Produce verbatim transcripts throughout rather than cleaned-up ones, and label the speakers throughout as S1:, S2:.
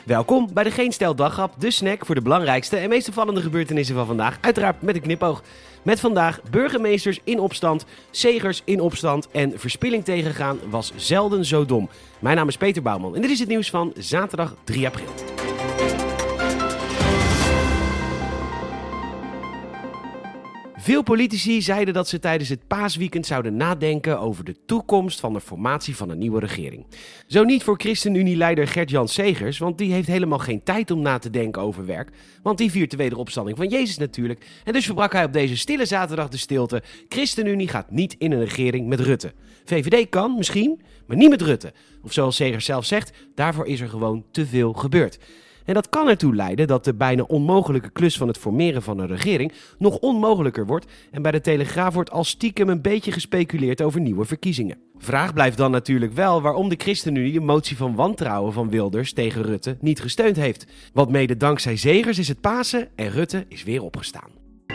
S1: Welkom bij de Geen Stijl Daggrap, de snack voor de belangrijkste en meest opvallende gebeurtenissen van vandaag. Uiteraard met een knipoog. Met vandaag burgemeesters in opstand, Segers in opstand en verspilling tegengaan was zelden zo dom. Mijn naam is Peter Bouwman en dit is het nieuws van zaterdag drie april. Veel politici zeiden dat ze tijdens het paasweekend zouden nadenken over de toekomst van de formatie van een nieuwe regering. Zo niet voor ChristenUnie-leider Gert-Jan Segers, want die heeft helemaal geen tijd om na te denken over werk. Want die viert de wederopstanding van Jezus natuurlijk. En dus verbrak hij op deze stille zaterdag de stilte. ChristenUnie gaat niet in een regering met Rutte. V V D kan, misschien, maar niet met Rutte. Of zoals Segers zelf zegt, daarvoor is er gewoon te veel gebeurd. En dat kan ertoe leiden dat de bijna onmogelijke klus van het formeren van een regering nog onmogelijker wordt en bij de Telegraaf wordt al stiekem een beetje gespeculeerd over nieuwe verkiezingen. Vraag blijft dan natuurlijk wel waarom de ChristenUnie de motie van wantrouwen van Wilders tegen Rutte niet gesteund heeft. Want mede dankzij Segers is het Pasen en Rutte is weer opgestaan.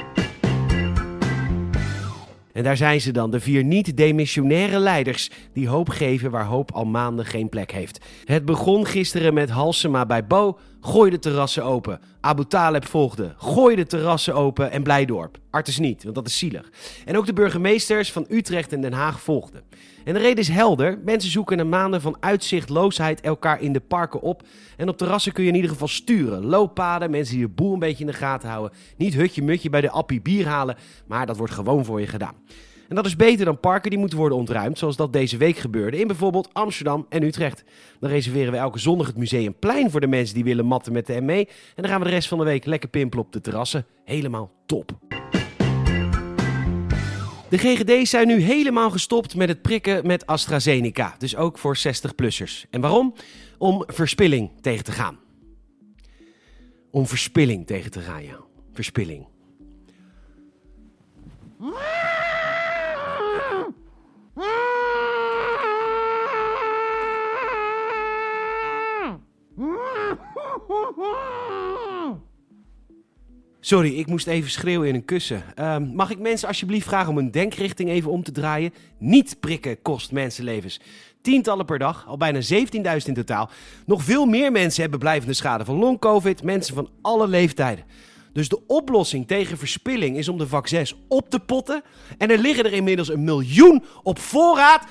S1: En daar zijn ze dan, de vier niet-demissionaire leiders die hoop geven waar hoop al maanden geen plek heeft. Het begon gisteren met Halsema bij Bo, gooi de terrassen open. Abu Taleb volgde, gooi de terrassen open en Blijdorp. Artes niet, want dat is zielig. En ook de burgemeesters van Utrecht en Den Haag volgden. En de reden is helder, mensen zoeken na maanden van uitzichtloosheid elkaar in de parken op. En op terrassen kun je in ieder geval sturen. Looppaden, mensen die de boel een beetje in de gaten houden. Niet hutje-mutje bij de appie bier halen, maar dat wordt gewoon voor je gedaan. En dat is beter dan parken die moeten worden ontruimd, zoals dat deze week gebeurde in bijvoorbeeld Amsterdam en Utrecht. Dan reserveren we elke zondag het Museumplein voor de mensen die willen matten met de M E. En dan gaan we de rest van de week lekker pimpelen op de terrassen. Helemaal top. De G G D's zijn nu helemaal gestopt met het prikken met AstraZeneca, dus ook voor zestig-plussers. En waarom? Om verspilling tegen te gaan. Om verspilling tegen te gaan, ja. Verspilling. Sorry, ik moest even schreeuwen in een kussen. Uh, mag ik mensen alsjeblieft vragen om hun denkrichting even om te draaien? Niet prikken kost mensenlevens. Tientallen per dag, al bijna zeventienduizend in totaal. Nog veel meer mensen hebben blijvende schade van long-covid, mensen van alle leeftijden. Dus de oplossing tegen verspilling is om de vaccins op te potten. En er liggen er inmiddels een miljoen op voorraad.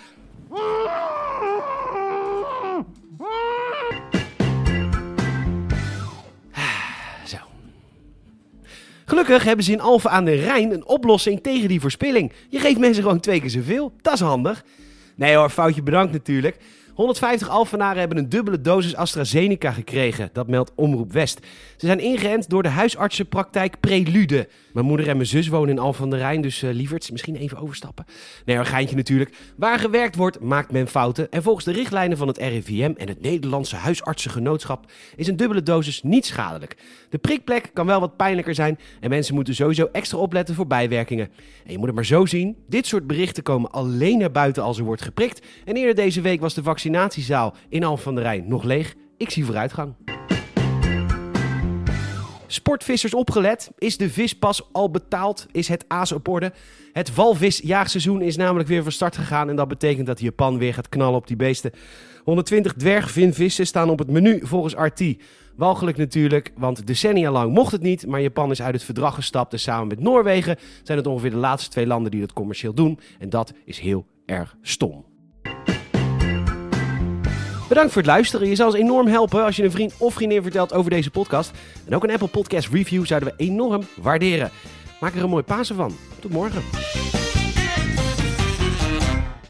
S1: Zo. Gelukkig hebben ze in Alphen aan de Rijn een oplossing tegen die verspilling. Je geeft mensen gewoon twee keer zoveel. Dat is handig. Nee hoor, foutje bedankt natuurlijk. honderdvijftig Alphenaren hebben een dubbele dosis AstraZeneca gekregen. Dat meldt Omroep West. Ze zijn ingeënt door de huisartsenpraktijk Prelude. Mijn moeder en mijn zus wonen in Alphen aan de Rijn, dus uh, lieverds, misschien even overstappen. Nee, een geintje natuurlijk. Waar gewerkt wordt, maakt men fouten. En volgens de richtlijnen van het R I V M en het Nederlandse Huisartsengenootschap is een dubbele dosis niet schadelijk. De prikplek kan wel wat pijnlijker zijn en mensen moeten sowieso extra opletten voor bijwerkingen. En je moet het maar zo zien, dit soort berichten komen alleen naar buiten als er wordt geprikt. En eerder deze week was de vaccinatiezaal in Alphen aan de Rijn nog leeg. Ik zie vooruitgang. Sportvissers opgelet. Is de vispas al betaald? Is het aas op orde? Het walvisjaagseizoen is namelijk weer van start gegaan en dat betekent dat Japan weer gaat knallen op die beesten. honderdtwintig dwergvinvissen staan op het menu volgens R T. Walgelijk natuurlijk, want decennia lang mocht het niet, maar Japan is uit het verdrag gestapt en samen met Noorwegen zijn het ongeveer de laatste twee landen die dat commercieel doen. En dat is heel erg stom. Bedankt voor het luisteren. Je zal ons enorm helpen als je een vriend of vriendin vertelt over deze podcast. En ook een Apple Podcast review zouden we enorm waarderen. Maak er een mooi Pasen van. Tot morgen.